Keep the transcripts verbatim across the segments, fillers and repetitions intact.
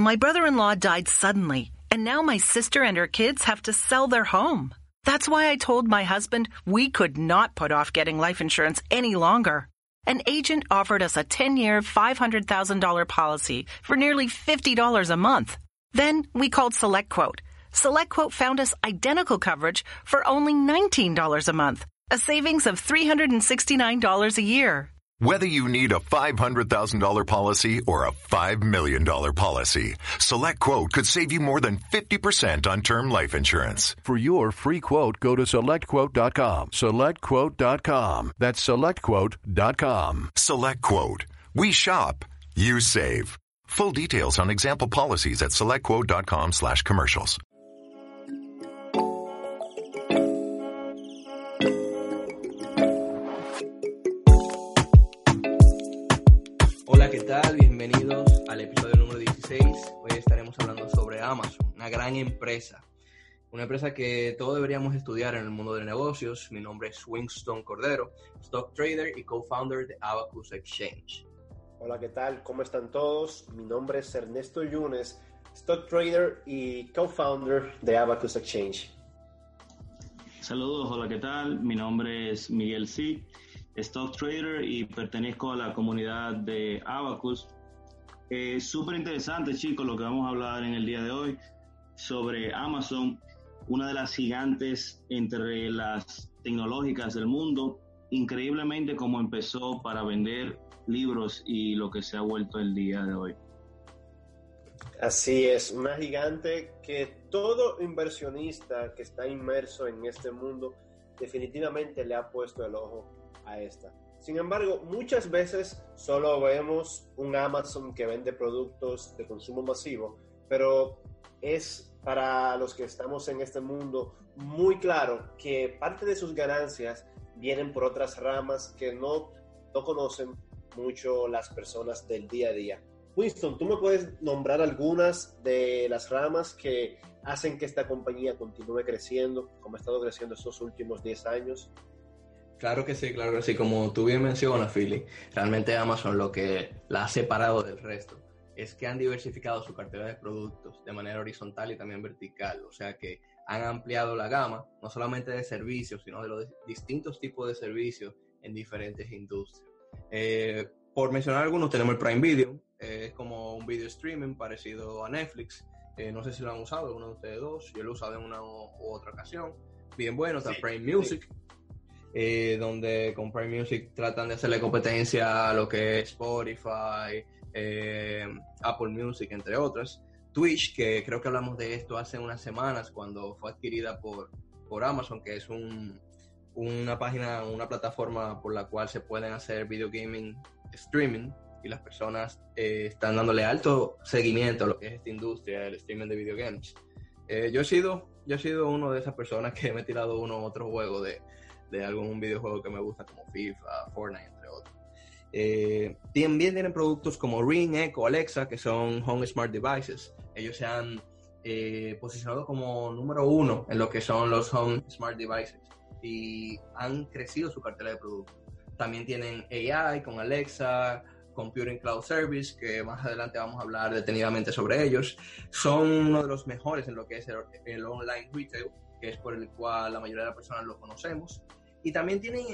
My brother-in-law died suddenly, and now my sister and her kids have to sell their home. That's why I told my husband we could not put off getting life insurance any longer. An agent offered us a ten-year, five hundred thousand dollars policy for nearly fifty dollars a month. Then we called SelectQuote. SelectQuote found us identical coverage for only nineteen dollars a month, a savings of three hundred sixty-nine dollars a year. Whether you need a five hundred thousand dollars policy or a five million dollars policy, SelectQuote could save you more than fifty percent on term life insurance. For your free quote, go to select quote dot com. select quote dot com. That's select quote dot com. SelectQuote. We shop. You save. Full details on example policies at select quote dot com slash commercials. Hola, ¿qué tal? Bienvenidos al episodio número dieciséis. Hoy estaremos hablando sobre Amazon, una gran empresa. Una empresa que todos deberíamos estudiar en el mundo de negocios. Mi nombre es Winston Cordero, stock trader y co-founder de Abacus Exchange. Hola, ¿qué tal? ¿Cómo están todos? Mi nombre es Ernesto Yunes, stock trader y co-founder de Abacus Exchange. Saludos, hola, ¿qué tal? Mi nombre es Miguel Cid, stock trader y pertenezco a la comunidad de Abacus. Eh, Súper interesante, chicos, lo que vamos a hablar en el día de hoy sobre Amazon, una de las gigantes entre las tecnológicas del mundo. Increíblemente cómo empezó para vender libros y lo que se ha vuelto el día de hoy. Así es, una gigante que todo inversionista que está inmerso en este mundo definitivamente le ha puesto el ojo a esta. Sin embargo, muchas veces solo vemos un Amazon que vende productos de consumo masivo, pero es para los que estamos en este mundo muy claro que parte de sus ganancias vienen por otras ramas que no, no conocen mucho las personas del día a día. Winston, ¿tú me puedes nombrar algunas de las ramas que hacen que esta compañía continúe creciendo, como ha estado creciendo estos últimos diez años? Claro que sí, claro que sí. Como tú bien mencionas, Philly, realmente Amazon lo que la ha separado del resto es que han diversificado su cartera de productos de manera horizontal y también vertical. O sea que han ampliado la gama, no solamente de servicios, sino de los distintos tipos de servicios en diferentes industrias. Eh, por mencionar algunos, tenemos el Prime Video, eh, es como un video streaming parecido a Netflix. Eh, no sé si lo han usado, uno de ustedes dos. Yo lo he usado en una u otra ocasión. Bien bueno, está sí, Prime Music. Sí. Eh, donde con Prime Music tratan de hacerle competencia a lo que es Spotify, eh, Apple Music, entre otras. Twitch, que creo que hablamos de esto hace unas semanas cuando fue adquirida por, por Amazon, que es un, una página, una plataforma por la cual se pueden hacer video gaming streaming y las personas eh, están dándole alto seguimiento a lo que es esta industria, el streaming de video games. Eh, yo he sido, yo he sido uno de esas personas que me he tirado uno u otro juego de de algún videojuego que me gusta como FIFA, Fortnite, entre otros. Eh, también tienen productos como Ring, Echo, Alexa, que son Home Smart Devices. Ellos se han eh, posicionado como número uno en lo que son los Home Smart Devices y han crecido su cartera de productos. También tienen A I con Alexa, Computing Cloud Service, que más adelante vamos a hablar detenidamente sobre ellos. Son uno de los mejores en lo que es el, el online retail, que es por el cual la mayoría de las personas lo conocemos. Y también tienen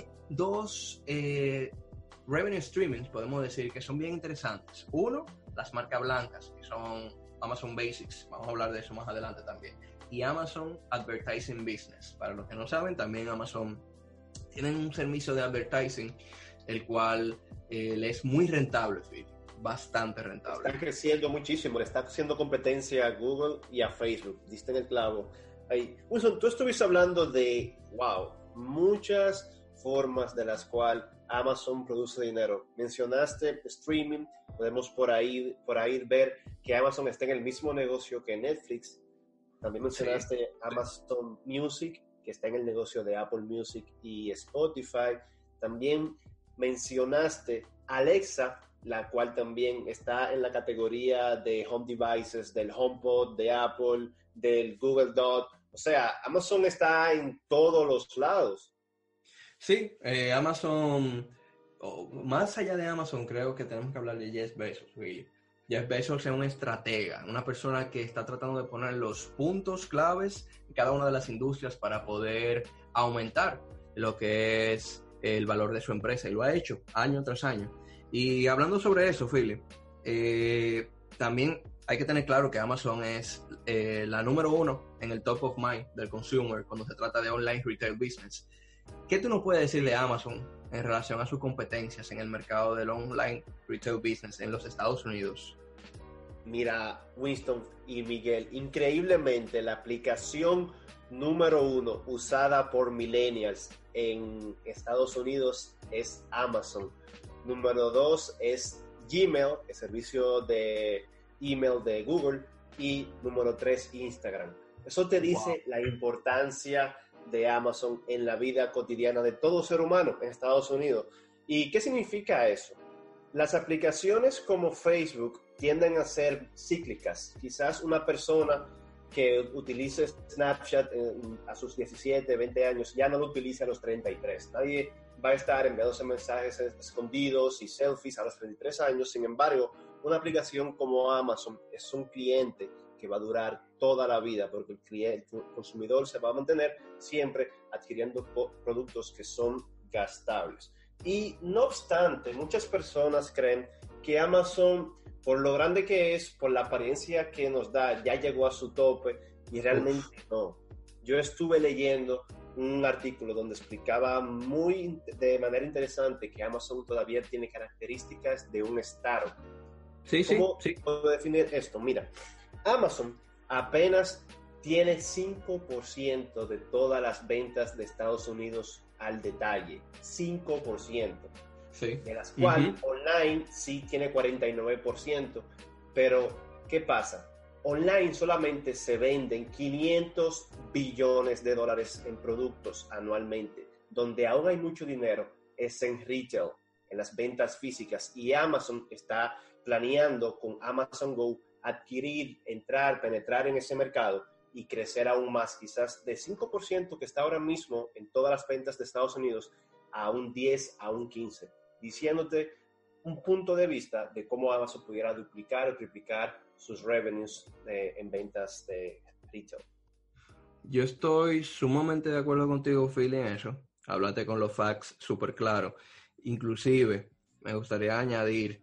dos eh, revenue streamings, podemos decir, que son bien interesantes. Uno, las marcas blancas, que son Amazon Basics. Vamos a hablar de eso más adelante también. Y Amazon Advertising Business. Para los que no saben, también Amazon tienen un servicio de advertising, el cual eh, le es muy rentable, Phil. Bastante rentable. Está creciendo muchísimo. Le está haciendo competencia a Google y a Facebook. Diste en el clavo. Ahí. Wilson, tú estuviste hablando de, wow, muchas formas de las cuales Amazon produce dinero. Mencionaste streaming, podemos por ahí, por ahí ver que Amazon está en el mismo negocio que Netflix. También mencionaste sí. Amazon Music, que está en el negocio de Apple Music y Spotify. También mencionaste Alexa, la cual también está en la categoría de home devices, del HomePod, de Apple, del Google Dot. O sea, Amazon está en todos los lados. Sí, eh, Amazon, oh, más allá de Amazon, creo que tenemos que hablar de Jeff Bezos, really. Jeff Bezos es un estratega, una persona que está tratando de poner los puntos claves en cada una de las industrias para poder aumentar lo que es el valor de su empresa, y lo ha hecho año tras año. Y hablando sobre eso, Philip, eh, también hay que tener claro que Amazon es eh, la número uno en el top of mind del consumer cuando se trata de online retail business. ¿Qué tú nos puedes decir de Amazon en relación a sus competencias en el mercado del online retail business en los Estados Unidos? Mira, Winston y Miguel, increíblemente la aplicación número uno usada por millennials en Estados Unidos es Amazon. Número dos es Gmail, el servicio de email de Google. Y número tres, Instagram. Eso te dice wow. la importancia de Amazon en la vida cotidiana de todo ser humano en Estados Unidos. ¿Y qué significa eso? Las aplicaciones como Facebook tienden a ser cíclicas. Quizás una persona que utilice Snapchat a sus diecisiete, veinte años ya no lo utiliza a los treinta y tres. Nadie va a estar enviándose mensajes escondidos y selfies a los treinta y tres años. Sin embargo, una aplicación como Amazon es un cliente que va a durar toda la vida, porque el, cliente, el consumidor se va a mantener siempre adquiriendo productos que son gastables. Y no obstante, muchas personas creen que Amazon, por lo grande que es, por la apariencia que nos da, ya llegó a su tope, y realmente Uf. no. Yo estuve leyendo un artículo donde explicaba muy de manera interesante que Amazon todavía tiene características de un startup. Sí, ¿Cómo sí, sí. puedo definir esto? Mira, Amazon apenas tiene cinco por ciento de todas las ventas de Estados Unidos al detalle. cinco por ciento. Sí. De las cuales uh-huh. online sí tiene cuarenta y nueve por ciento. Pero, ¿qué pasa? Online solamente se venden quinientos billones de dólares en productos anualmente. Donde aún hay mucho dinero es en retail, en las ventas físicas. Y Amazon está planeando con Amazon Go adquirir, entrar, penetrar en ese mercado y crecer aún más, quizás de cinco por ciento que está ahora mismo en todas las ventas de Estados Unidos a un diez, a un quince, diciéndote un punto de vista de cómo Amazon pudiera duplicar o triplicar sus revenues de, en ventas de retail. Yo estoy sumamente de acuerdo contigo, Phil, en eso. Háblate con los facts súper claro. Inclusive, me gustaría añadir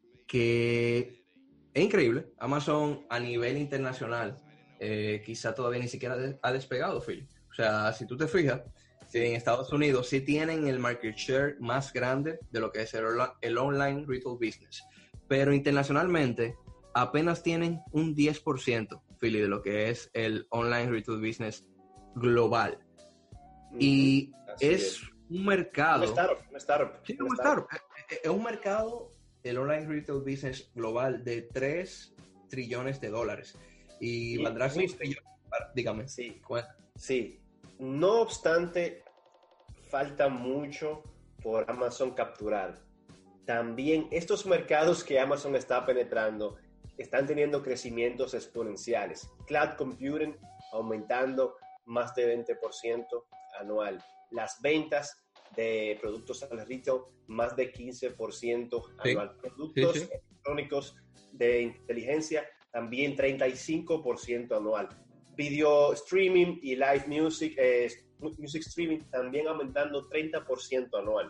que es increíble. Amazon a nivel internacional eh, quizá todavía ni siquiera de, ha despegado, Phil. O sea, si tú te fijas, sí. en Estados Unidos sí tienen el market share más grande de lo que es el, el online retail business. Pero internacionalmente apenas tienen un diez por ciento, Phil, de lo que es el online retail business global. Mm-hmm. Y Así es, es un mercado... Un startup, un startup. Sí, un startup. Es un mercado... el online retail business global de tres trillones de dólares. Y, y valdrá seis trillones. Dígame. Sí, sí. No obstante, falta mucho por Amazon capturar. También estos mercados que Amazon está penetrando están teniendo crecimientos exponenciales. Cloud computing aumentando más de veinte por ciento anual. Las ventas de productos al retail, más de quince por ciento anual. Sí, productos sí, sí. electrónicos de inteligencia, también treinta y cinco por ciento anual. Video streaming y live music, eh, music streaming, también aumentando treinta por ciento anual.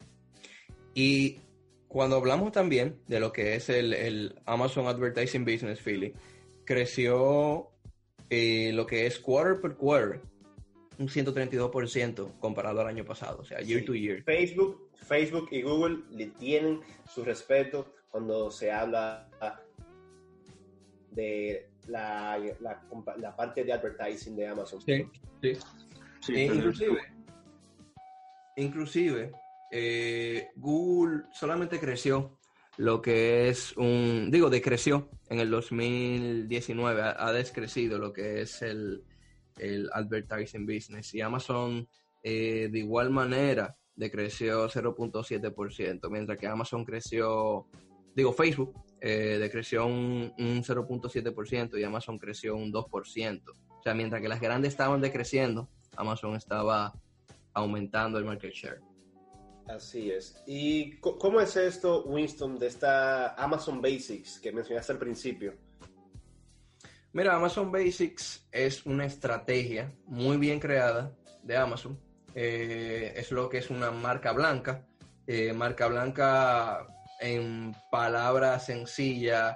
Y cuando hablamos también de lo que es el, el Amazon Advertising Business, Philly, creció eh, lo que es quarter per quarter, un ciento treinta y dos por ciento comparado al año pasado, o sea, year sí. to year. Facebook, Facebook y Google le tienen su respeto cuando se habla de la, la, la parte de advertising de Amazon. Sí, sí. sí e inclusive, inclusive eh, Google solamente creció lo que es un, digo, decreció en el dos mil diecinueve, ha, ha descrecido lo que es el el advertising business, y Amazon eh, de igual manera decreció cero punto siete por ciento, mientras que Amazon creció, digo Facebook eh, decreció un, un cero punto siete por ciento y Amazon creció un dos por ciento. O sea, mientras que las grandes estaban decreciendo, Amazon estaba aumentando el market share. Así es. ¿Y c- cómo es esto, Winston, de esta Amazon Basics que mencionaste al principio? Mira, Amazon Basics es una estrategia muy bien creada de Amazon. Eh, es lo que es una marca blanca. Eh, marca blanca, en palabras sencillas,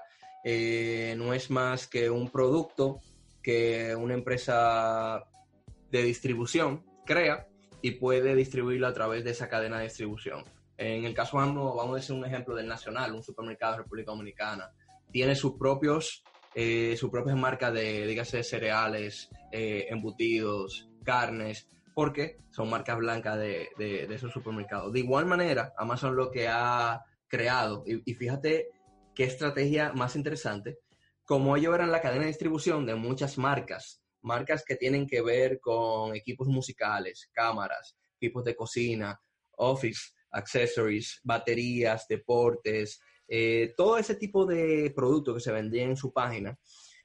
eh, no es más que un producto que una empresa de distribución crea y puede distribuirlo a través de esa cadena de distribución. En el caso, vamos, vamos a decir un ejemplo del Nacional, un supermercado de República Dominicana. Tiene sus propios, eh, sus propias marcas de, dígase, cereales, eh, embutidos, carnes, porque son marcas blancas de, de, de esos supermercados. De igual manera, Amazon lo que ha creado, y, y fíjate qué estrategia más interesante, como ellos eran la cadena de distribución de muchas marcas, marcas que tienen que ver con equipos musicales, cámaras, equipos de cocina, office, accessories, baterías, deportes, eh, todo ese tipo de productos que se vendían en su página.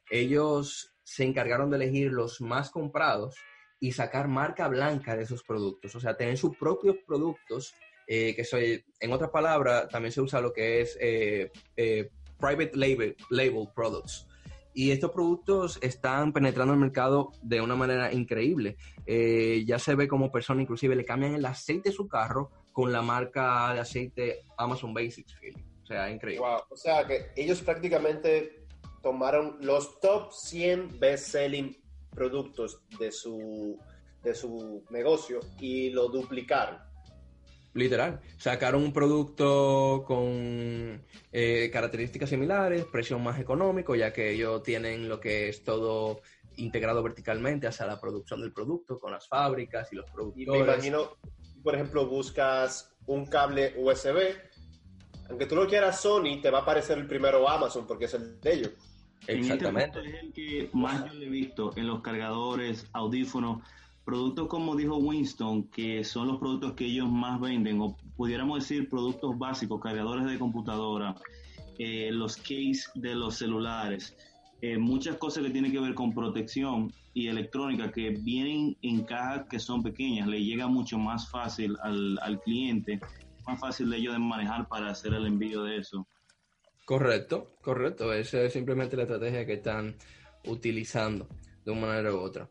Ellos se encargaron de elegir los más comprados y sacar marca blanca de esos productos, o sea, tener sus propios productos, eh, que soy, en otras palabras, también se usa lo que es eh, eh, private label, label products. Y estos productos están penetrando el mercado de una manera increíble. Eh, ya se ve como personas inclusive le cambian el aceite de su carro con la marca de aceite Amazon Basics, Philly. O sea, increíble. Wow. O sea, que ellos prácticamente tomaron los top cien best-selling productos de su, de su negocio y lo duplicaron. Literal. Sacaron un producto con eh, características similares, precio más económico, ya que ellos tienen lo que es todo integrado verticalmente hacia la producción del producto, con las fábricas y los productores. Y me imagino, por ejemplo, buscas un cable U S B, aunque tú lo quieras Sony, te va a aparecer el primero Amazon porque es el de ellos. Exactamente. En este punto es el que más yo le he visto en los cargadores, audífonos, productos como dijo Winston, que son los productos que ellos más venden, o pudiéramos decir productos básicos, cargadores de computadora, eh, los case de los celulares, eh, muchas cosas que tienen que ver con protección y electrónica que vienen en cajas que son pequeñas, le llega mucho más fácil al, al cliente, más fácil de ellos de manejar para hacer el envío de eso. Correcto, correcto. Esa es simplemente la estrategia que están utilizando de una manera u otra.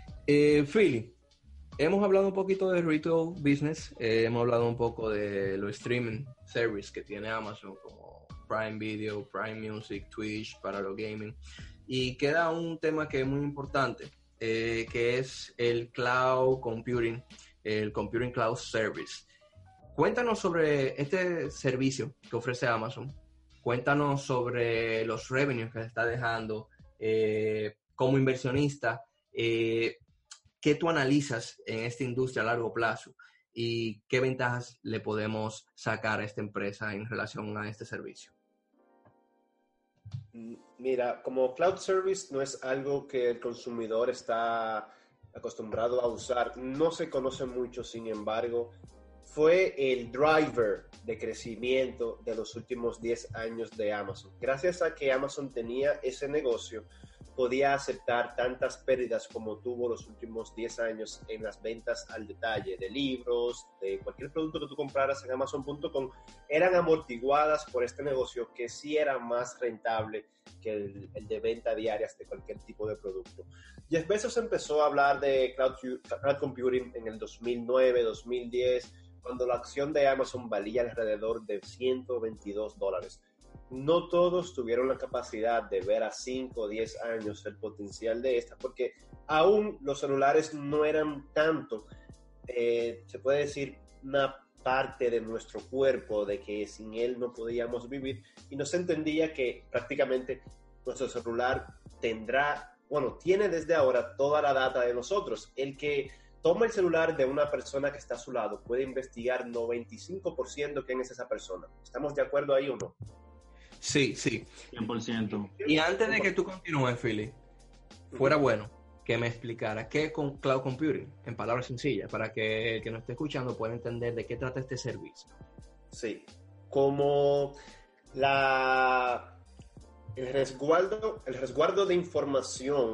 Eh, Philly, hemos hablado un poquito de retail business, eh, hemos hablado un poco de los streaming service que tiene Amazon, como Prime Video, Prime Music, Twitch para los gaming, y queda un tema que es muy importante, eh, que es el cloud computing, el computing cloud service. Cuéntanos sobre este servicio que ofrece Amazon, cuéntanos sobre los revenues que se está dejando eh, como inversionista, eh, ¿qué tú analizas en esta industria a largo plazo y qué ventajas le podemos sacar a esta empresa en relación a este servicio? Mira, como cloud service no es algo que el consumidor está acostumbrado a usar, no se conoce mucho, sin embargo, fue el driver de crecimiento de los últimos diez años de Amazon. Gracias a que Amazon tenía ese negocio, podía aceptar tantas pérdidas como tuvo los últimos diez años en las ventas al detalle de libros, de cualquier producto que tú compraras en amazon punto com, eran amortiguadas por este negocio que sí era más rentable que el, el de venta diarias de cualquier tipo de producto. Jeff Bezos empezó a hablar de cloud, cloud computing en el dos mil nueve, dos mil diez, cuando la acción de Amazon valía alrededor de ciento veintidós dólares. No todos tuvieron la capacidad de ver a cinco o diez años el potencial de esta, porque aún los celulares no eran tanto, eh, se puede decir, una parte de nuestro cuerpo, de que sin él no podíamos vivir, y no se entendía que prácticamente nuestro celular tendrá, bueno, tiene desde ahora toda la data de nosotros. El que toma el celular de una persona que está a su lado puede investigar noventa y cinco por ciento quién es esa persona. ¿Estamos de acuerdo ahí o no? Sí, sí. cien por ciento. Y antes de que tú continúes, Philly, fuera bueno que me explicara qué es con cloud computing, en palabras sencillas, para que el que nos esté escuchando pueda entender de qué trata este servicio. Sí, como la, el, resguardo, el resguardo de información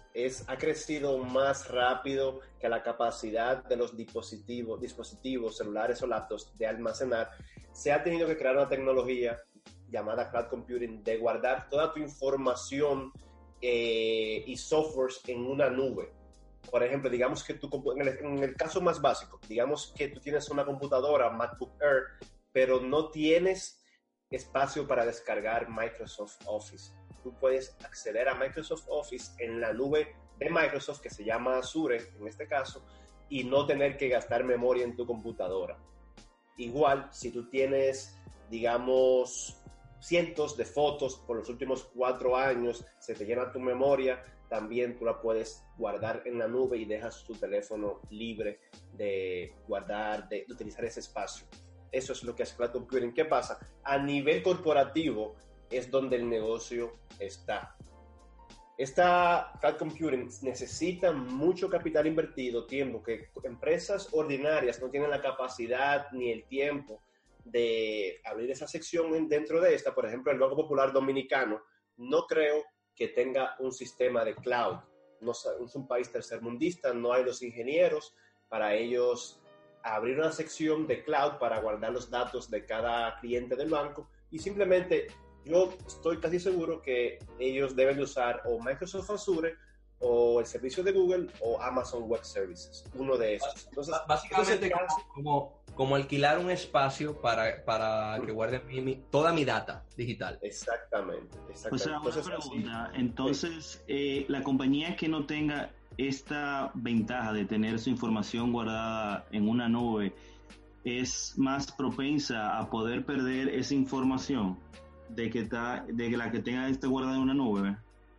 es, ha crecido más rápido que la capacidad de los dispositivos, dispositivos celulares o laptops de almacenar, se ha tenido que crear una tecnología llamada cloud computing de guardar toda tu información eh, y softwares en una nube. Por ejemplo, digamos que tú, en el, en el caso más básico, digamos que tú tienes una computadora MacBook Air, pero no tienes espacio para descargar Microsoft Office. Tú puedes acceder a Microsoft Office en la nube de Microsoft, que se llama Azure en este caso, y no tener que gastar memoria en tu computadora. Igual, si tú tienes, digamos, cientos de fotos por los últimos cuatro años, se te llena tu memoria, también tú la puedes guardar en la nube y dejas tu teléfono libre de guardar, de, de utilizar ese espacio. Eso es lo que hace cloud computing. ¿Qué pasa? A nivel corporativo es donde el negocio está. Esta cloud computing necesita mucho capital invertido, tiempo, que empresas ordinarias no tienen la capacidad ni el tiempo de abrir esa sección dentro de esta. Por ejemplo, el Banco Popular Dominicano no creo que tenga un sistema de cloud. No es un país tercermundista, no hay los ingenieros para ellos abrir una sección de cloud para guardar los datos de cada cliente del banco, y simplemente yo estoy casi seguro que ellos deben de usar o Microsoft Azure o el servicio de Google o Amazon Web Services, uno de esos. Entonces, básicamente entonces, como, como alquilar un espacio para, para que guarde mi, mi, toda mi data digital. Exactamente, exactamente. O sea, entonces, una pregunta, así, entonces sí. eh, la compañía que no tenga esta ventaja de tener su información guardada en una nube es más propensa a poder perder esa información de que, está, de que la que tenga esta guardada en una nube.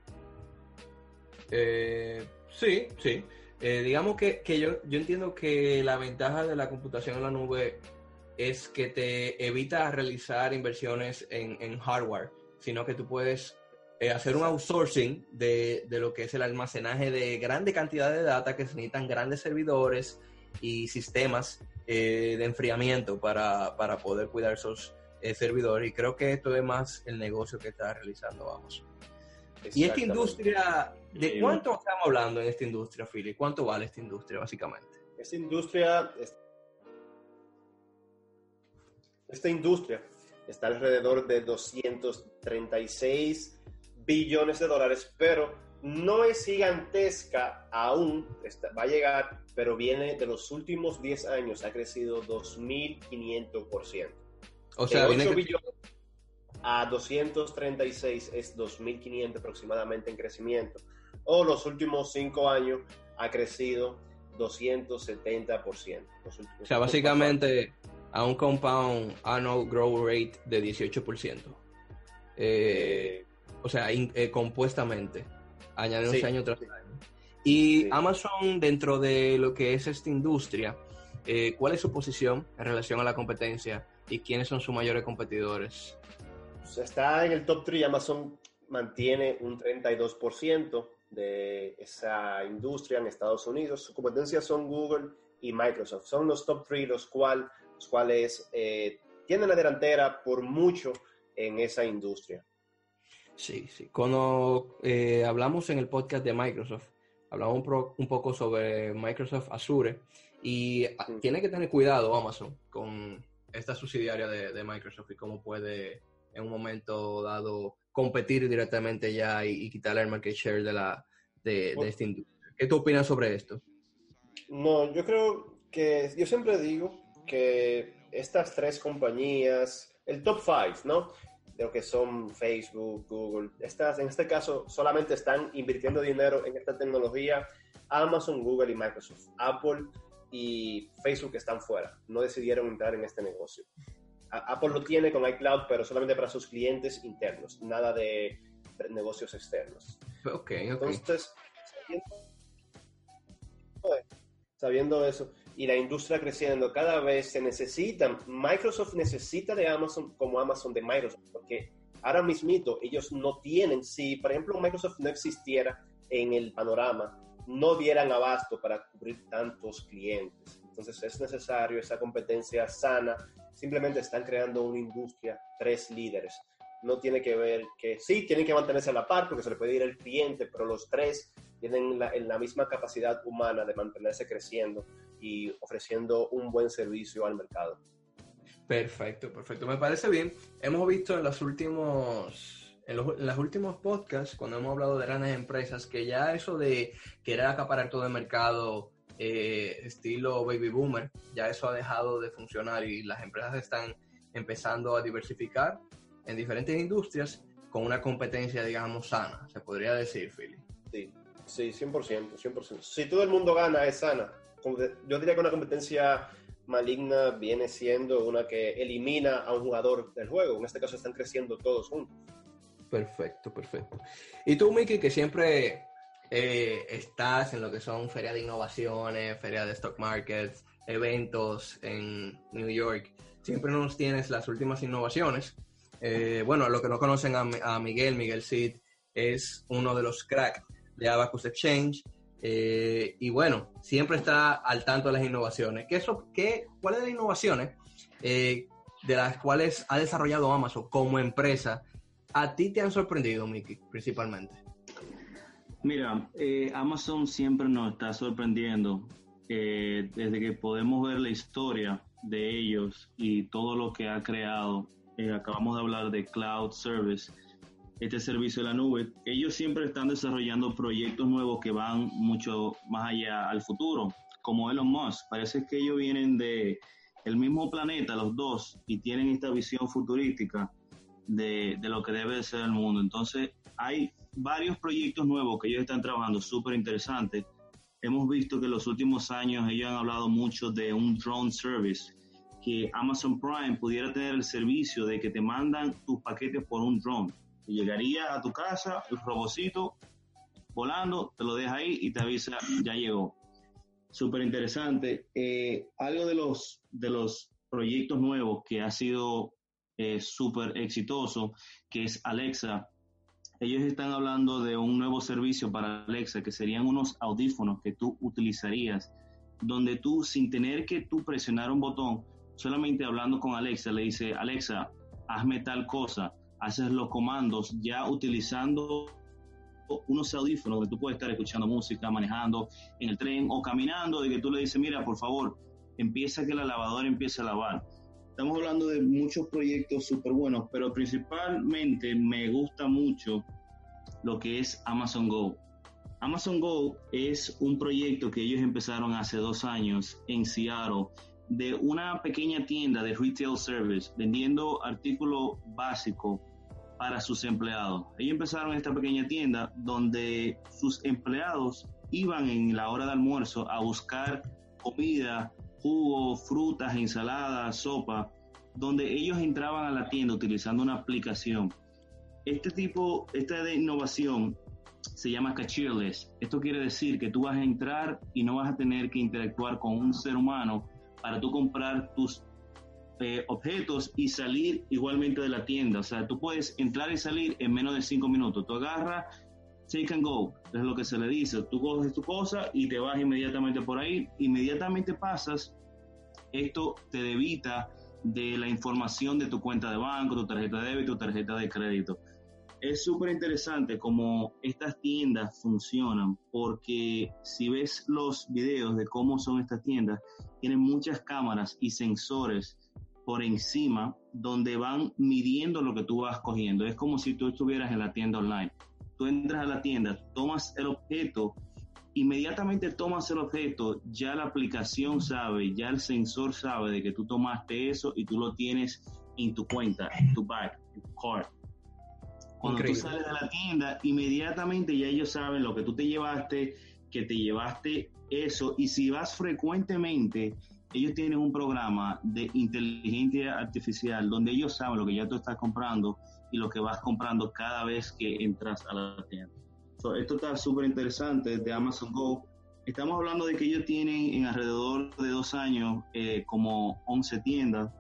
Eh, sí, sí. Eh, digamos que, que yo, yo entiendo que la ventaja de la computación en la nube es que te evita realizar inversiones en, en hardware, sino que tú puedes eh, hacer un outsourcing de, de lo que es el almacenaje de grande cantidad de data que se necesitan grandes servidores y sistemas eh, de enfriamiento para, para poder cuidar esos eh, servidores. Y creo que esto es más el negocio que está realizando Amazon. Y esta industria, ¿de cuánto estamos hablando en esta industria, Philly? ¿Cuánto vale esta industria, básicamente? Esta industria, esta industria está alrededor de doscientos treinta y seis billones de dólares, pero no es gigantesca aún, está, va a llegar, pero viene de los últimos diez años, ha crecido dos mil quinientos por ciento. O sea, de viene ocho que... billones a doscientos treinta y seis es dos mil quinientos aproximadamente en crecimiento. O los últimos cinco años ha crecido doscientos setenta por ciento. O sea, básicamente a un compound annual growth rate de dieciocho por ciento. Eh, eh, o sea, in, eh, compuestamente, añadiéndose sí, año tras año. Y sí. Amazon, dentro de lo que es esta industria, eh, ¿cuál es su posición en relación a la competencia y quiénes son sus mayores competidores? Está en el top tres. Amazon mantiene un treinta y dos por ciento de esa industria en Estados Unidos. Sus competencias son Google y Microsoft. Son los top tres, los, cual, los cuales eh, tienen la delantera por mucho en esa industria. Sí, sí. Cuando eh, hablamos en el podcast de Microsoft, hablamos un, pro, un poco sobre Microsoft Azure y sí. Tiene que tener cuidado Amazon con esta subsidiaria de, de Microsoft y cómo puede en un momento dado competir directamente ya y, y quitarle el market share de, la, de, de esta industria. ¿Qué tú opinas sobre esto? No, yo creo que, yo siempre digo que estas tres compañías, el top five, ¿no? De lo que son Facebook, Google, estas en este caso solamente están invirtiendo dinero en esta tecnología. Amazon, Google y Microsoft. Apple y Facebook están fuera, no decidieron entrar en este negocio. Apple lo tiene con iCloud, pero solamente para sus clientes internos, nada de negocios externos. Ok, ok. Entonces, sabiendo, sabiendo eso, y la industria creciendo, cada vez se necesitan, Microsoft necesita de Amazon como Amazon de Microsoft, porque ahora mismito ellos no tienen, si por ejemplo Microsoft no existiera en el panorama, no dieran abasto para cubrir tantos clientes. Entonces es necesario esa competencia sana. Simplemente están creando una industria, tres líderes. No tiene que ver que, sí, tienen que mantenerse a la par porque se le puede ir el cliente, pero los tres tienen la, la misma capacidad humana de mantenerse creciendo y ofreciendo un buen servicio al mercado. Perfecto, perfecto. Me parece bien. Hemos visto en los últimos, en los, en los últimos podcasts, cuando hemos hablado de grandes empresas, que ya eso de querer acaparar todo el mercado, eh, estilo baby boomer, ya eso ha dejado de funcionar y las empresas están empezando a diversificar en diferentes industrias con una competencia, digamos, sana, se podría decir, Philly. Sí, sí, cien por ciento, cien por ciento. Si todo el mundo gana, es sana. Yo diría que una competencia maligna viene siendo una que elimina a un jugador del juego. En este caso están creciendo todos juntos. Perfecto, perfecto. Y tú, Mickey, que siempre eh, estás en lo que son ferias de innovaciones, ferias de stock markets, eventos en New York, siempre nos tienes las últimas innovaciones. Eh, bueno, lo que no conocen a, a Miguel, Miguel Cid es uno de los cracks de Abacus Exchange. Eh, y bueno, siempre está al tanto de las innovaciones. ¿Qué eso, qué, ¿Cuáles de las innovaciones eh, de las cuales ha desarrollado Amazon como empresa a ti te han sorprendido, Mickey, principalmente? Mira, eh, Amazon siempre nos está sorprendiendo eh, desde que podemos ver la historia de ellos y todo lo que ha creado. Eh, acabamos de hablar de Cloud Service, este servicio de la nube. Ellos siempre están desarrollando proyectos nuevos que van mucho más allá al futuro, como Elon Musk. Parece que ellos vienen de el mismo planeta, los dos, y tienen esta visión futurística de, de lo que debe ser el mundo. Entonces, hay varios proyectos nuevos que ellos están trabajando, súper interesantes. Hemos visto que en los últimos años ellos han hablado mucho de un drone service, que Amazon Prime pudiera tener el servicio de que te mandan tus paquetes por un drone. Llegaría a tu casa, el robocito volando, te lo deja ahí y te avisa, ya llegó. Súper interesante. Eh, algo de los, de los proyectos nuevos que ha sido eh, súper exitoso, que es Alexa. Ellos están hablando de un nuevo servicio para Alexa, que serían unos audífonos que tú utilizarías, donde tú, sin tener que tú presionar un botón, solamente hablando con Alexa, le dice, Alexa, hazme tal cosa. Haces los comandos ya utilizando unos audífonos donde tú puedes estar escuchando música, manejando en el tren o caminando, de que tú le dices, mira, por favor, empieza que la lavadora empiece a lavar. Estamos hablando de muchos proyectos súper buenos, pero principalmente me gusta mucho lo que es Amazon Go. Amazon Go es un proyecto que ellos empezaron hace dos años en Seattle, de una pequeña tienda de retail service, vendiendo artículos básicos para sus empleados. Ellos empezaron esta pequeña tienda donde sus empleados iban en la hora de almuerzo a buscar comida, jugo, frutas, ensaladas, sopa, donde ellos entraban a la tienda utilizando una aplicación. Este tipo, esta de innovación se llama cashierless. Esto quiere decir que tú vas a entrar y no vas a tener que interactuar con un ser humano para tú comprar tus eh, objetos y salir igualmente de la tienda. O sea, tú puedes entrar y salir en menos de cinco minutos. Tú agarras, take and go, es lo que se le dice. Tú coges tu cosa y te vas inmediatamente por ahí. Inmediatamente pasas. Esto te evita de la información de tu cuenta de banco, tu tarjeta de débito, tu tarjeta de crédito. Es súper interesante cómo estas tiendas funcionan, porque si ves los videos de cómo son estas tiendas, tienen muchas cámaras y sensores por encima donde van midiendo lo que tú vas cogiendo. Es como si tú estuvieras en la tienda online. Tú entras a la tienda, tomas el objeto, inmediatamente tomas el objeto, ya la aplicación sabe, ya el sensor sabe de que tú tomaste eso y tú lo tienes en tu cuenta, en tu bag, en tu cart. Cuando Increíble. Tú sales de la tienda, inmediatamente ya ellos saben lo que tú te llevaste, que te llevaste eso, y si vas frecuentemente, ellos tienen un programa de inteligencia artificial donde ellos saben lo que ya tú estás comprando y lo que vas comprando cada vez que entras a la tienda. So, esto está súper interesante de Amazon Go. Estamos hablando de que ellos tienen en alrededor de dos años eh, como once tiendas,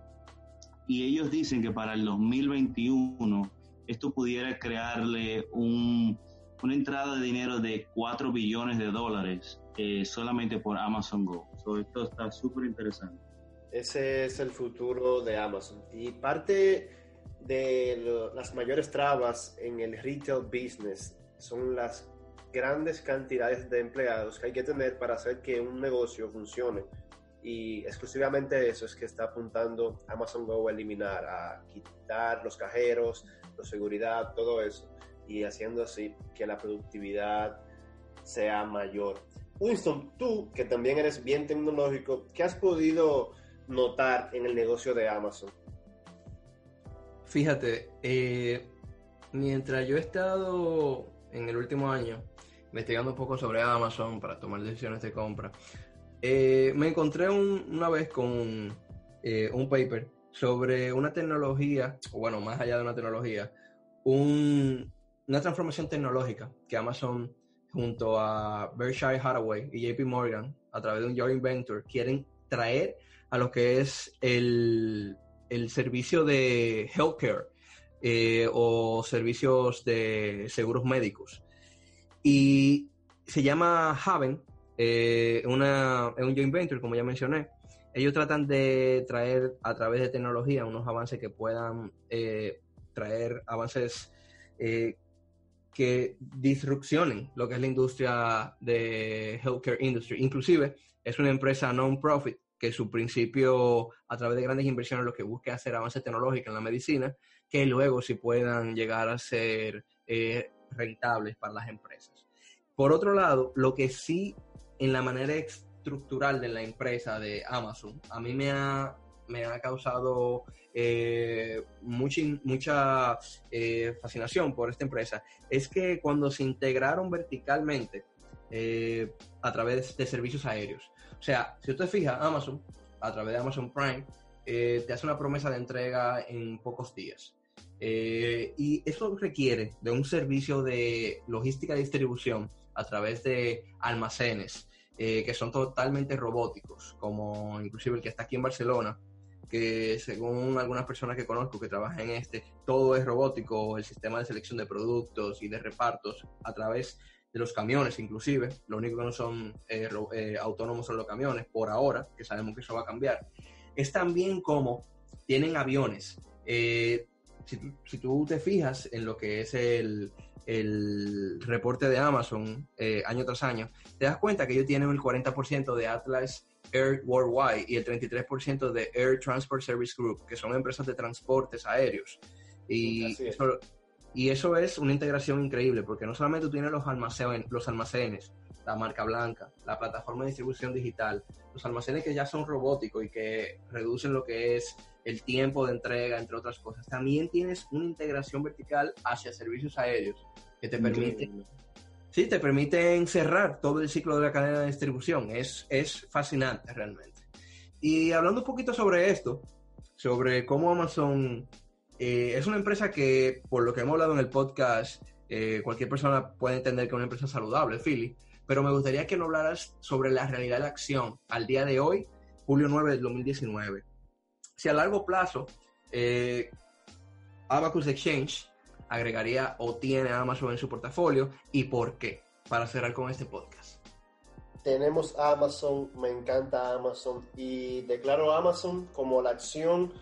y ellos dicen que para el dos mil veintiuno esto pudiera crearle un, una entrada de dinero de cuatro billones de dólares eh, solamente por Amazon Go. So, esto está súper interesante. Ese es el futuro de Amazon. Y parte de lo, las mayores trabas en el retail business son las grandes cantidades de empleados que hay que tener para hacer que un negocio funcione. Y exclusivamente eso es que está apuntando Amazon Go a eliminar, a quitar los cajeros, la seguridad, todo eso, y haciendo así que la productividad sea mayor. Winston, tú que también eres bien tecnológico, ¿qué has podido notar en el negocio de Amazon? Fíjate, eh, mientras yo he estado en el último año investigando un poco sobre Amazon para tomar decisiones de compra, eh, me encontré un, una vez con eh, un paper sobre una tecnología, o bueno, más allá de una tecnología, un, una transformación tecnológica que Amazon junto a Berkshire Hathaway y J P Morgan a través de un joint venture quieren traer a lo que es el, el servicio de healthcare eh, o servicios de seguros médicos. Y se llama Haven, eh, una, es un joint venture, como ya mencioné. Ellos tratan de traer a través de tecnología unos avances que puedan eh, traer avances eh, que disrupcionen lo que es la industria de healthcare industry. Inclusive es una empresa non-profit que su principio, a través de grandes inversiones, lo que busca es hacer avances tecnológicos en la medicina que luego sí puedan llegar a ser eh, rentables para las empresas. Por otro lado, lo que sí en la manera estructural de la empresa de Amazon, a mí me ha, me ha causado eh, mucha, mucha eh, fascinación por esta empresa, es que cuando se integraron verticalmente eh, a través de servicios aéreos, o sea, si usted fija, Amazon, a través de Amazon Prime, eh, te hace una promesa de entrega en pocos días. Eh, y eso requiere de un servicio de logística y distribución a través de almacenes eh, que son totalmente robóticos, como inclusive el que está aquí en Barcelona, que según algunas personas que conozco que trabajan en este, todo es robótico, el sistema de selección de productos y de repartos a través de los camiones inclusive, lo único que no son eh, ro- eh, autónomos son los camiones, por ahora, que sabemos que eso va a cambiar. Es también como tienen aviones. Eh, si, tú, si tú te fijas en lo que es el, el reporte de Amazon eh, año tras año, te das cuenta que ellos tienen el cuarenta por ciento de Atlas Air Worldwide y el treinta y tres por ciento de Air Transport Service Group, que son empresas de transportes aéreos. Y eso, y eso es una integración increíble, porque no solamente tú tienes los almacenes, los almacenes, la marca blanca, la plataforma de distribución digital, los almacenes que ya son robóticos y que reducen lo que es el tiempo de entrega, entre otras cosas. También tienes una integración vertical hacia servicios aéreos que te permiten, sí, te permiten cerrar todo el ciclo de la cadena de distribución. Es, es fascinante realmente. Y hablando un poquito sobre esto, sobre cómo Amazon eh, es una empresa que, por lo que hemos hablado en el podcast, eh, cualquier persona puede entender que es una empresa saludable, Philly, pero me gustaría que nos hablaras sobre la realidad de la acción al día de hoy, julio nueve del dos mil diecinueve. Si a largo plazo eh, Abacus Exchange agregaría o tiene a Amazon en su portafolio y por qué, para cerrar con este podcast. Tenemos Amazon, me encanta Amazon y declaro Amazon como la acción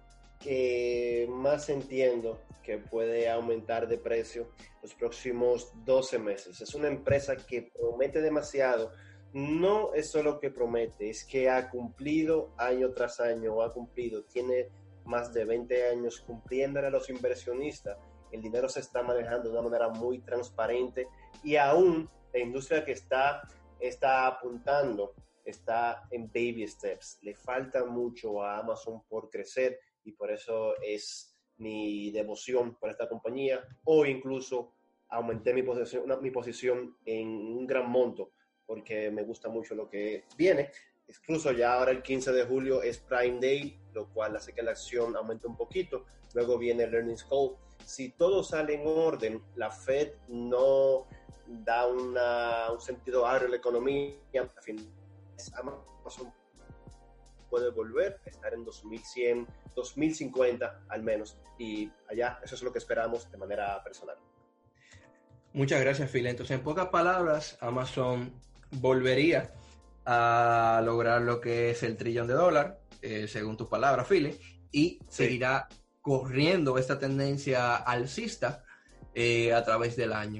que más entiendo que puede aumentar de precio los próximos doce meses. Es una empresa que promete demasiado. No es solo que promete, es que ha cumplido año tras año, ha cumplido, tiene más de veinte años cumpliéndole a los inversionistas. El dinero se está manejando de una manera muy transparente y aún la industria que está, está apuntando está en baby steps. Le falta mucho a Amazon por crecer y por eso es mi devoción por esta compañía. O incluso aumenté mi posición, una, mi posición en un gran monto porque me gusta mucho lo que viene. Incluso ya ahora el quince de julio es Prime Day, lo cual hace que la acción aumente un poquito. Luego viene el Earnings Call. Si todo sale en orden, la Fed no da una, un sentido agrio a la economía, al final Amazon puede volver a estar en dos mil cien, dos mil cincuenta al menos. Y allá, eso es lo que esperamos de manera personal. Muchas gracias, Phil. Entonces, en pocas palabras, Amazon volvería a lograr lo que es el trillón de dólares, eh, según tus palabras, Phil, y sí. seguirá corriendo esta tendencia alcista eh, a través del año.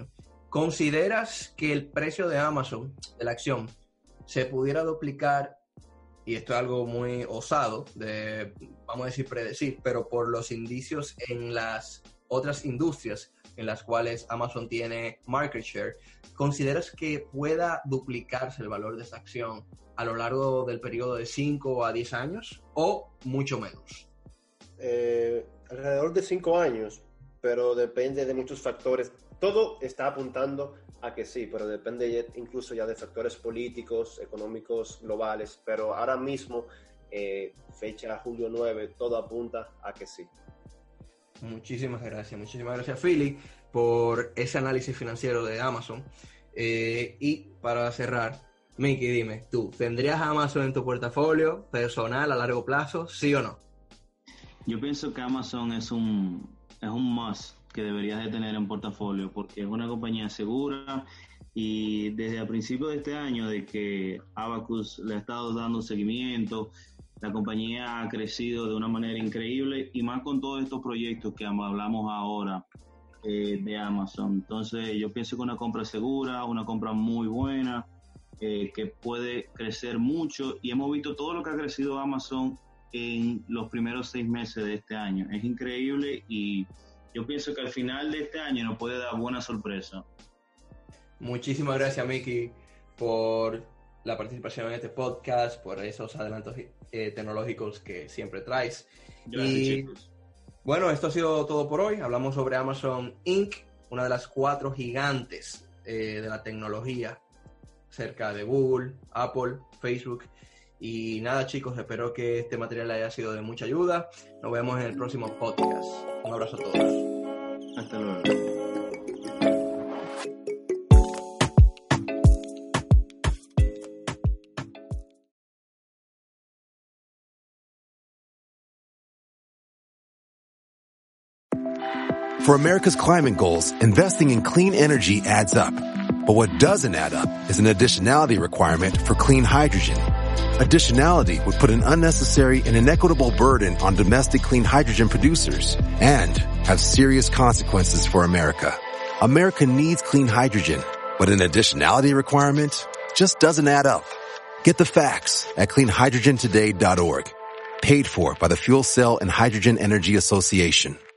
¿consideras que el precio de Amazon, de la acción, se pudiera duplicar? Y esto es algo muy osado, de, vamos a decir, predecir, pero por los indicios en las otras industrias en las cuales Amazon tiene market share, ¿consideras que pueda duplicarse el valor de esta acción a lo largo del periodo de cinco a diez años o mucho menos? Eh, alrededor de cinco años, pero depende de muchos factores. Todo está apuntando a que sí, pero depende incluso ya de factores políticos, económicos, globales, pero ahora mismo, eh, fecha julio nueve, todo apunta a que sí. Muchísimas gracias, muchísimas gracias, Philly, por ese análisis financiero de Amazon. Eh, y para cerrar, Miki, dime, ¿tú tendrías Amazon en tu portafolio personal a largo plazo, sí o no? Yo pienso que Amazon es un, es un must que deberías de tener en portafolio, porque es una compañía segura, y desde el principio de este año, de que Abacus le ha estado dando seguimiento, la compañía ha crecido de una manera increíble, y más con todos estos proyectos que hablamos ahora eh, de Amazon. Entonces yo pienso que una compra segura, una compra muy buena, eh, que puede crecer mucho, y hemos visto todo lo que ha crecido Amazon en los primeros seis meses de este año. Es increíble, y yo pienso que al final de este año nos puede dar buena sorpresa. Muchísimas gracias, Miki, por la participación en este podcast, por esos adelantos eh, tecnológicos que siempre traes. Gracias, y, chicos. Bueno, esto ha sido todo por hoy. Hablamos sobre Amazon incorporated, una de las cuatro gigantes eh, de la tecnología, cerca de Google, Apple, Facebook. Y nada, chicos, espero que este material haya sido de mucha ayuda. Nos vemos en el próximo podcast. Un abrazo a todos. Hasta luego. For America's climate goals, investing in clean energy adds up. But what doesn't add up is an additionality requirement for clean hydrogen. Additionality would put an unnecessary and inequitable burden on domestic clean hydrogen producers and have serious consequences for America. America needs clean hydrogen, but an additionality requirement just doesn't add up. Get the facts at clean hydrogen today dot org. Paid for by the Fuel Cell and Hydrogen Energy Association.